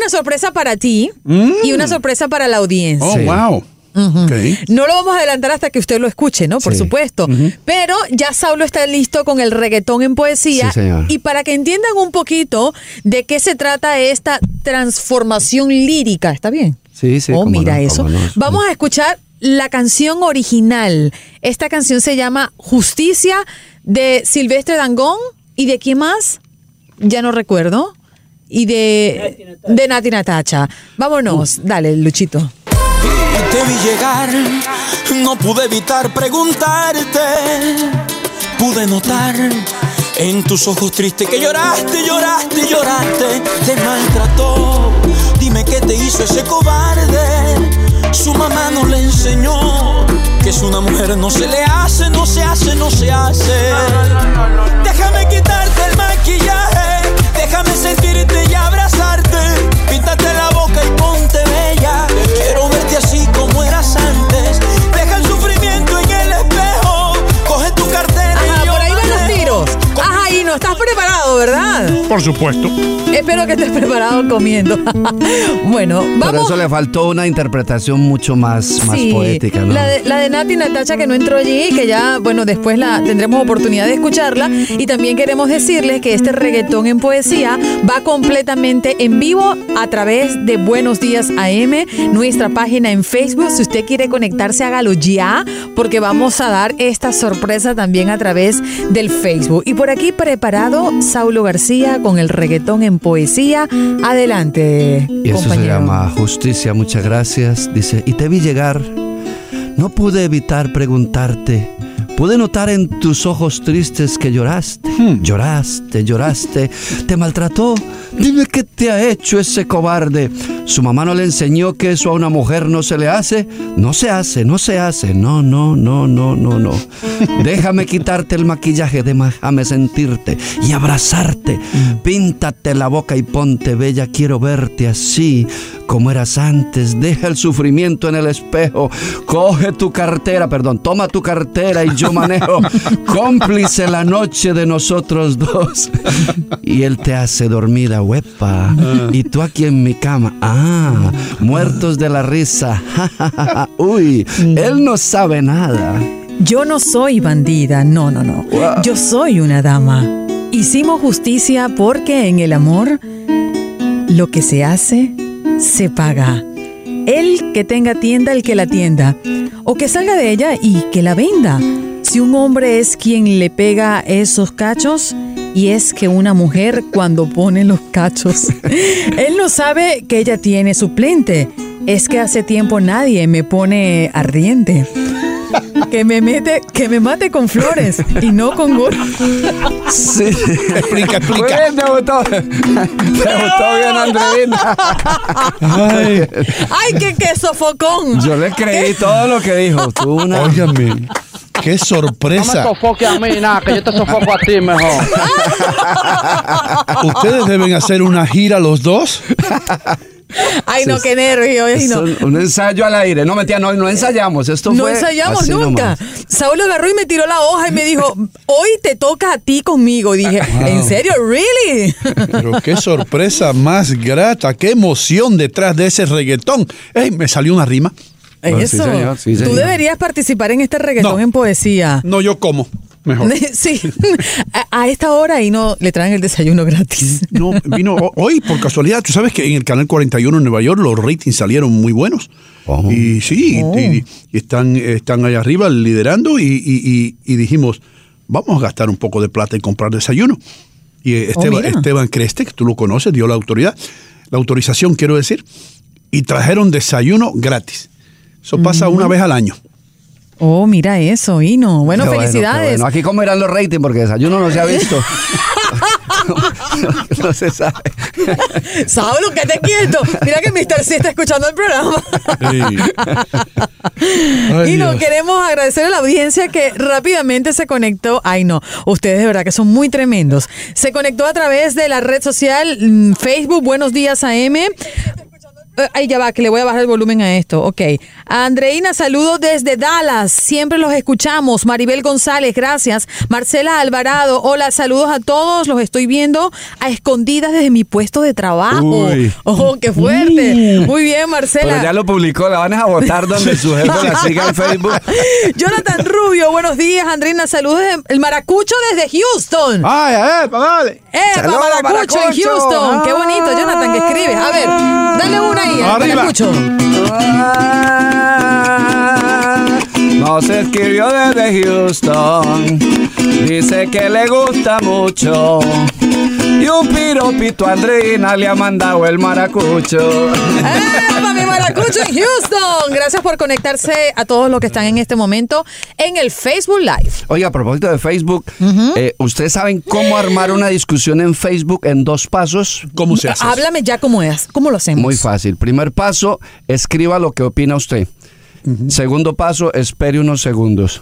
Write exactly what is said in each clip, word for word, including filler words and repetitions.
una sorpresa para ti mm. y una sorpresa para la audiencia. Oh, sí. Wow. Uh-huh. Okay. No lo vamos a adelantar hasta que usted lo escuche, ¿no? Por sí. supuesto. Uh-huh. Pero ya Saulo está listo con el reggaetón en poesía. Sí, señor. Y para que entiendan un poquito de qué se trata esta transformación lírica, ¿está bien? Sí, sí. Oh, mira no, eso. No, vamos a escuchar la canción original. Esta canción se llama Justicia, de Silvestre Dangond. ¿Y de quién más? Ya no recuerdo. Y de, de Nati Natacha. Vámonos. Uh. Dale, Luchito. Te vi llegar, no pude evitar preguntarte. Pude notar en tus ojos tristes que lloraste, lloraste, lloraste. Te maltrató, dime qué te hizo ese cobarde. Su mamá no le enseñó que es una mujer, no se le hace, no se hace, no se hace. Déjame quitarte el maquillaje, déjame sentirte y abrazarte. Píntate la boca y ponte bella. Quiero verte así como eras antes. Deja el sufrimiento en el espejo. Coge tu cartera. Ajá, y yo por ahí van los tiros. Con... Ajá, y no estás preparado, ¿verdad? Por supuesto. Espero que estés preparado comiendo. Bueno, vamos. Pero eso le faltó una interpretación mucho más, sí, más poética, ¿no? La de, la de Nati Natacha, que no entró allí, que ya, bueno, después la tendremos oportunidad de escucharla. Y también queremos decirles que este reggaetón en poesía va completamente en vivo a través de Buenos Días A M, nuestra página en Facebook. Si usted quiere conectarse, hágalo ya, porque vamos a dar esta sorpresa también a través del Facebook. Y por aquí preparado Saulo García con el reggaetón en poesía. Adelante, y eso compañero. Se llama Justicia, muchas gracias. Dice, y te vi llegar, no pude evitar preguntarte. Pude notar en tus ojos tristes que lloraste, hmm. lloraste, lloraste. Te maltrató. Dime qué te ha hecho ese cobarde. Su mamá no le enseñó que eso a una mujer no se le hace. No se hace, no se hace. No, no, no, no, no, no. Déjame quitarte el maquillaje, déjame sentirte y abrazarte. Píntate la boca y ponte bella. Quiero verte así como eras antes. Deja el sufrimiento en el espejo. Coge tu cartera, perdón, toma tu cartera y yo manejo. Cómplice la noche de nosotros dos. Y él te hace dormida, huepa. Y tú aquí en mi cama. Ah, muertos de la risa. Uy, él no sabe nada. Yo no soy bandida, no, no, no. Wow. Yo soy una dama. Hicimos justicia porque en el amor lo que se hace, se paga. El que tenga tienda, el que la tienda. O que salga de ella y que la venda. Si un hombre es quien le pega esos cachos, y es que una mujer cuando pone los cachos, él no sabe que ella tiene suplente. Es que hace tiempo nadie me pone ardiente. Que me mete, que me mate con flores y no con gorro. Sí. Explica, explica. Pues, me gustó. Me gustó bien, Andreina. Ay, Ay qué, qué sofocón. Yo le creí todo lo que dijo. Tú una... Óigame. ¡Qué sorpresa! No me sofoque a mí, nada, que yo te sofoco a ti mejor. ¿Ustedes deben hacer una gira los dos? Ay, no, qué nervio. Ay, no. Un, un ensayo al aire. No, mentira, no, no ensayamos. Esto no fue ensayamos así nunca. Nomás. Saúl agarró y me tiró la hoja y me dijo, hoy te toca a ti conmigo. Y dije, wow. ¿En serio? ¿Really? Pero qué sorpresa más grata, qué emoción detrás de ese reggaetón. Ey, me salió una rima. Eso. Sí, señor, sí, señor. Tú deberías participar en este reggaetón no, en poesía. No, yo como. Mejor. Sí, a, a esta hora y no le traen el desayuno gratis. No, vino hoy por casualidad. Tú sabes que en el Canal cuarenta y uno en Nueva York los ratings salieron muy buenos. Oh. Y sí, oh. y, y están, están allá arriba liderando y, y, y, y dijimos, vamos a gastar un poco de plata y comprar desayuno. Y Esteban, oh, Esteban Creste, que tú lo conoces, dio la autoridad, la autorización quiero decir, y trajeron desayuno gratis. Eso pasa mm. una vez al año. Oh, mira eso, Hino. Bueno, qué felicidades. Bueno, bueno. Aquí cómo irán los ratings, porque desayuno no se ha visto. no, no se sabe. Saulo, quédate quieto. Mira que mister C está escuchando el programa. Sí. Hino, queremos agradecer a la audiencia que rápidamente se conectó. Ay, no, ustedes de verdad que son muy tremendos. Se conectó a través de la red social Facebook Buenos Días A M. Ay, ya va, que le voy a bajar el volumen a esto. Ok. Andreina, saludos desde Dallas. Siempre los escuchamos. Maribel González, gracias. Marcela Alvarado, hola, saludos a todos. Los estoy viendo a escondidas desde mi puesto de trabajo. Uy. Oh, qué fuerte. Muy bien, Marcela. Pero ya lo publicó, la van a votar donde su jefe la siga en Facebook. Jonathan Rubio, buenos días, Andreina, saludos desde el Maracucho desde Houston. Ay, eh, vale. ¡Eh, Saludos, Maracucho en Maracucho! Houston! ¡Qué bonito, Jonathan, que escribes! A ver, dale una ahí, al Arriba. Maracucho. Nos escribió desde Houston, dice que le gusta mucho. Y un piropito a Andreina le ha mandado el maracucho. ¡Eh, mami Maracucho en Houston! Gracias por conectarse a todos los que están en este momento en el Facebook Live. Oiga, a propósito de Facebook, eh, ¿ustedes saben cómo armar una discusión en Facebook en dos pasos? ¿Cómo se hace? Háblame ya cómo es, cómo lo hacemos. Muy fácil. Primer paso, escriba lo que opina usted. Uh-huh. Segundo paso, espere unos segundos.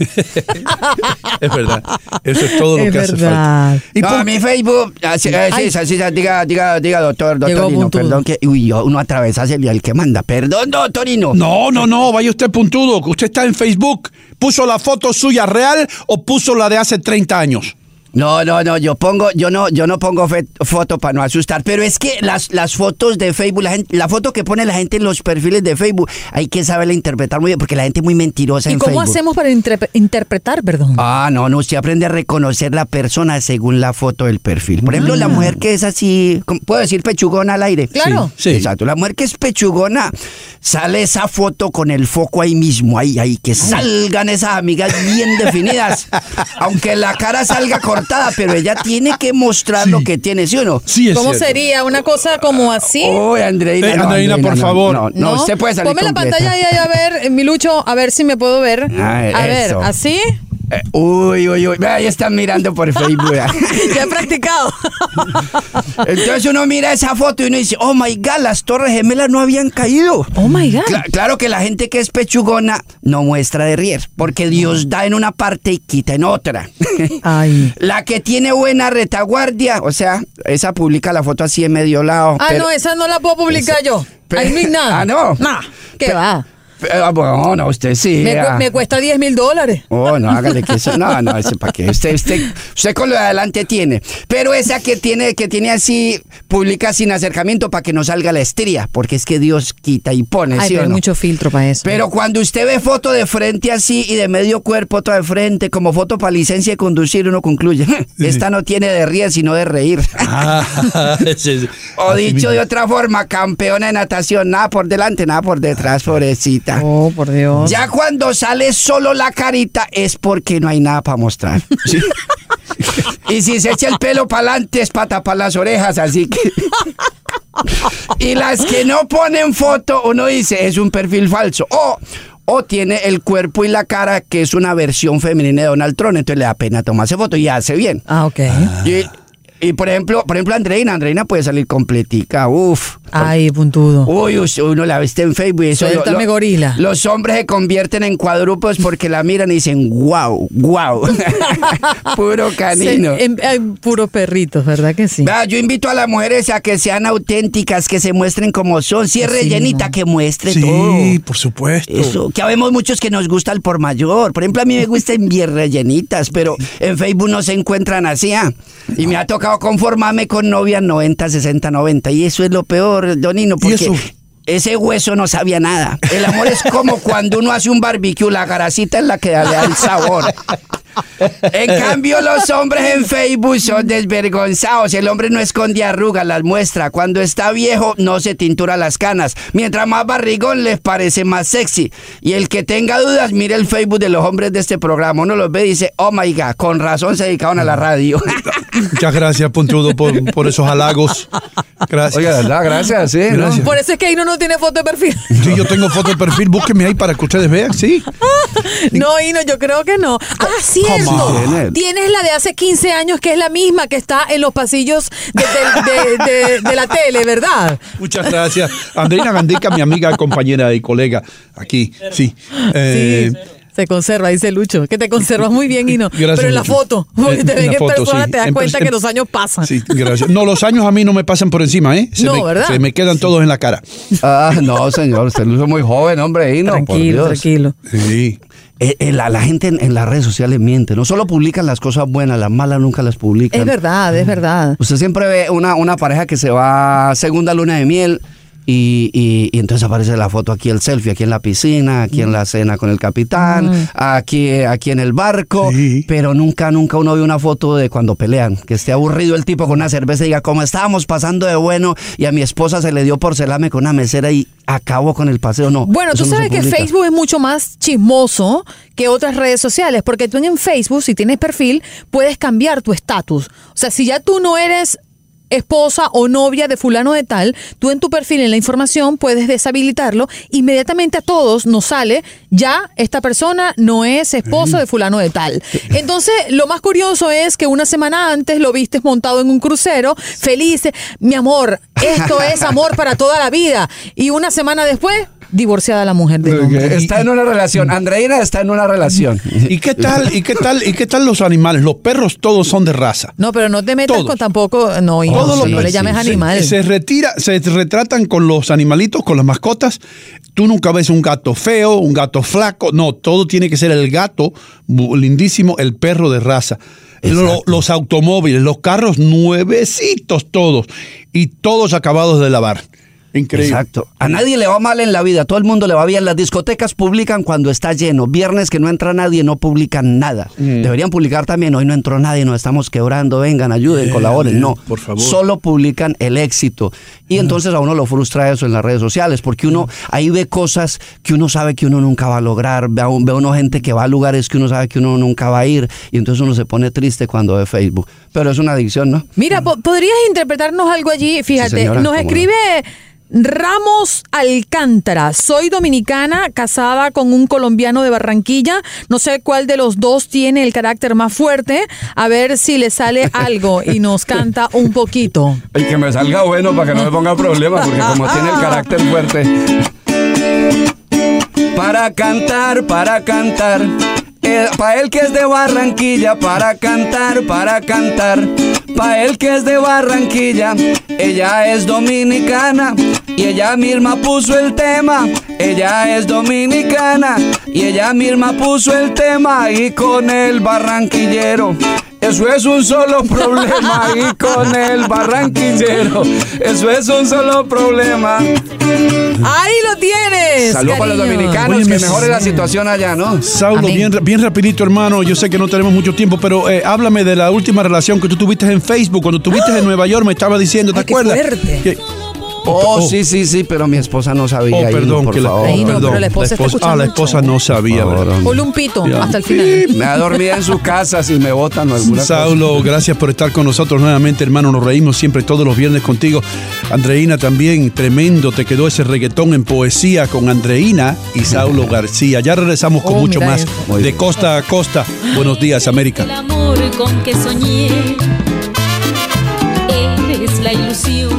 Es verdad. Eso es todo lo Es que hace verdad. falta. Y No, por- a mi Facebook, así, así, así, diga, diga, diga, doctor, Llegó doctor Nino, puntudo. perdón que, uy, yo, uno atravesa el el que manda, perdón, doctor Nino. No, no, no, vaya usted puntudo. Usted está en Facebook. ¿Puso la foto suya real o puso la de hace treinta años? No, no, no, yo pongo, yo no, yo no pongo fe- foto para no asustar, pero es que las, las fotos de Facebook, la, gente, la foto que pone la gente en los perfiles de Facebook, hay que saberla interpretar muy bien, porque la gente es muy mentirosa ¿Y en cómo Facebook. hacemos para interpre- interpretar, perdón? Ah, no, no, usted aprende a reconocer la persona según la foto del perfil. Por ejemplo, la mujer que es así, ¿cómo ¿puedo decir pechugona al aire? Claro. Sí. Exacto, la mujer que es pechugona, sale esa foto con el foco ahí mismo, ahí, ahí, que salgan esas amigas bien definidas. Aunque la cara salga cortada, pero ella tiene que mostrar Sí. lo que tiene, ¿sí o no? Sí, es ¿Cómo cierto. sería? ¿Una cosa como así? Uy, Andreina. Eh, no, Andreina, por no, favor. No, no, usted puede salir Ponme la completa. pantalla ahí, ahí, a ver, eh, Milucho, a ver si me puedo ver. Ay, a ver, eso. ¿así? Eh, uy, uy, uy. Vea, ahí están mirando por Facebook. Ya he practicado. Entonces uno mira esa foto y uno dice, oh my God, las torres gemelas no habían caído. Oh my God. Cla- claro que la gente que es pechugona no muestra de rier, porque Dios da en una parte y quita en otra. Ay. La que tiene buena retaguardia, o sea, esa publica la foto así en medio lado. Ah, pero- no, esa no la puedo publicar yo. Pe- Ahí no hay nada. Ah, no. Nah, ¿qué Pe- va? pero, bueno, no, usted sí. Me, cu- ah. me cuesta diez mil dólares. Oh, no, hágale que eso. No, no, ese para qué. Usted, usted, usted con lo de adelante tiene. Pero esa que tiene, que tiene así, publica sin acercamiento para que no salga la estría, porque es que Dios quita y pone, Ay, ¿sí pero o hay no? mucho filtro para eso. Pero cuando usted ve foto de frente así y de medio cuerpo, otra de frente, como foto para licencia de conducir, uno concluye, esta no tiene de ríe, sino de reír. Ah, sí, sí. O Así dicho mismo. de otra forma, campeona de natación, nada por delante, nada por detrás, pobrecita. Oh, por Dios. Ya cuando sale solo la carita es porque no hay nada para mostrar. ¿Sí? Y si se echa el pelo para adelante es para tapar las orejas, así que... Y las que no ponen foto, uno dice, es un perfil falso. O... O tiene el cuerpo y la cara que es una versión femenina de Donald Trump, entonces le da pena tomarse foto y hace bien. Ah, ok. Y, y por ejemplo, por ejemplo, Andreina, Andreina puede salir completica, uff. Ay, puntudo. Uy, us- uno la ve en Facebook y eso. Suéltame, gorila. Los hombres se convierten en cuadrúpedos porque la miran y dicen, wow, wow. Puro canino. Sí, en- hay puros perritos, ¿verdad que sí? Vea, yo invito a las mujeres a que sean auténticas, que se muestren como son. Si es Así rellenita, mismo. que muestre Sí, todo. por supuesto. Eso, que habemos muchos que nos gusta el por mayor. Por ejemplo, a mí me gustan bien rellenitas, pero en Facebook no se encuentran así. ¿ah? Y me ha tocado conformarme con novias noventa, sesenta, noventa. Y eso es lo peor, Donino, porque eso? ese hueso no sabía nada. El amor es como cuando uno hace un barbecue, la grasita es la que le da el sabor. En cambio, los hombres en Facebook son desvergonzados. El hombre no esconde arrugas, las muestra. Cuando está viejo, no se tintura las canas. Mientras más barrigón, les parece más sexy. Y el que tenga dudas, mire el Facebook de los hombres de este programa. Uno los ve y dice, oh my God, con razón se dedicaban a la radio. Muchas gracias, Puntudo, por, por esos halagos. Gracias. Oiga, ¿verdad? Gracias, sí. ¿no? Gracias. Por eso es que ahí no, no tiene foto de perfil. Sí, yo tengo foto de perfil, búsquenme ahí para que ustedes vean, sí. No, Hino, yo creo que no. Ah, cierto. on. Tienes la de hace quince años, que es la misma que está en los pasillos de, de- de- de- de la tele, ¿verdad? Muchas gracias. Andreina Gandica, mi amiga, compañera y colega aquí, sí. Eh, Se conserva, dice Lucho, que te conservas muy bien y no. Gracias, pero en la Lucho. foto, porque En- te en ven la en foto, persona, sí. te das En cuenta pers- que los años pasan. Sí, gracias. No, los años a mí no me pasan por encima, ¿eh? Se No, me, ¿verdad? Se me quedan todos en la cara. Ah, no, señor, usted lo hizo muy joven, hombre. Y no, por Tranquilo, Dios. tranquilo. Sí. Eh, eh, la, la gente en, en las redes sociales miente. No solo publican las cosas buenas, las malas nunca las publican. Es verdad, es verdad. Usted siempre ve una, una pareja que se va a segunda luna de miel y, y, y entonces aparece la foto aquí, el selfie, aquí en la piscina, aquí en la cena con el capitán, Mm. aquí, aquí en el barco, Sí. pero nunca, nunca uno ve una foto de cuando pelean, que esté aburrido el tipo con una cerveza y diga, como estábamos pasando de bueno y a mi esposa se le dio por celarme con una mesera y acabó con el paseo. No. Bueno, eso tú no se sabes que publica. Facebook es mucho más chismoso que otras redes sociales, porque tú en Facebook, si tienes perfil, puedes cambiar tu estatus. O sea, si ya tú no eres esposa o novia de fulano de tal, tú en tu perfil, en la información, puedes deshabilitarlo. Inmediatamente a todos nos sale, ya esta persona no es esposa de fulano de tal. Entonces, lo más curioso es que una semana antes lo viste montado en un crucero, feliz, mi amor, esto es amor para toda la vida. Y una semana después, divorciada la mujer del hombre. Está en una relación. Andreina está en una relación. ¿Y qué tal? ¿Y qué tal? ¿Y qué tal los animales? Los perros todos son de raza. No, pero no te metas Todos. con tampoco, no, hijo, Todos los no le perros, llames sí, animal. Se retira, se retratan con los animalitos, con las mascotas. Tú nunca ves un gato feo, un gato flaco. No, todo tiene que ser el gato bu- lindísimo, el perro de raza. Lo- los automóviles, los carros nuevecitos todos y todos acabados de lavar. Increíble. Exacto. A nadie le va mal en la vida, a todo el mundo le va bien. Las discotecas publican cuando está lleno. Viernes que no entra nadie, no publican nada. Mm. Deberían publicar también, hoy no entró nadie, nos estamos quebrando, vengan, ayuden, Bien, colaboren. bien, No, por favor. solo publican el éxito. Y entonces a uno lo frustra eso en las redes sociales, porque uno ahí ve cosas que uno sabe que uno nunca va a lograr, ve a, un- ve a uno gente que va a lugares que uno sabe que uno nunca va a ir, y entonces uno se pone triste cuando ve Facebook. Pero es una adicción, ¿no? Mira, po- ¿podrías interpretarnos algo allí? Fíjate, Sí, señora, nos cómo no. escribe Ramos Alcántara. Soy dominicana, casada con un colombiano de Barranquilla. No sé cuál de los dos tiene el carácter más fuerte. A ver si le sale algo y nos canta un poquito. Y que me salga bueno para que no me ponga problemas, porque como tiene el carácter fuerte. Para cantar, para cantar. Para él que es de Barranquilla, para cantar, para cantar. Para él que es de Barranquilla, ella es dominicana y ella misma puso el tema. Ella es dominicana y ella misma puso el tema y con el barranquillero. Eso es un solo problema y con el barranquillero. Eso es un solo problema. ¡Ahí lo tienes! Saludos para los cariño! dominicanos, Oye, que me- mejore la situación allá, ¿no? Saulo, Amén. bien, bien rapidito, hermano. Yo sé que no tenemos mucho tiempo, pero eh, háblame de la última relación que tú tuviste en Facebook. Cuando estuviste en Nueva York me estaba diciendo, ¿te Ay, qué acuerdas? fuerte. Que- Oh, sí, sí, sí, pero mi esposa no sabía. Oh, Ahí, perdón, por que la, favor. Ahí no, perdón. pero la esposa está escuchando Ah, la el esposa show. no sabía, Por favor, ¿verdad? Ponle un pito Ya. hasta el final. Me ha dormido en su casa si me botan o alguna cosa. Saulo, gracias por estar con nosotros nuevamente, hermano. Nos reímos siempre todos los viernes contigo. Andreina también, tremendo. Te quedó ese reggaetón en poesía con Andreina y Saulo García. Ya regresamos con Oh, mucho mira más eso. Muy de bien. costa a costa. Buenos días, América. El amor con que soñé, eres la ilusión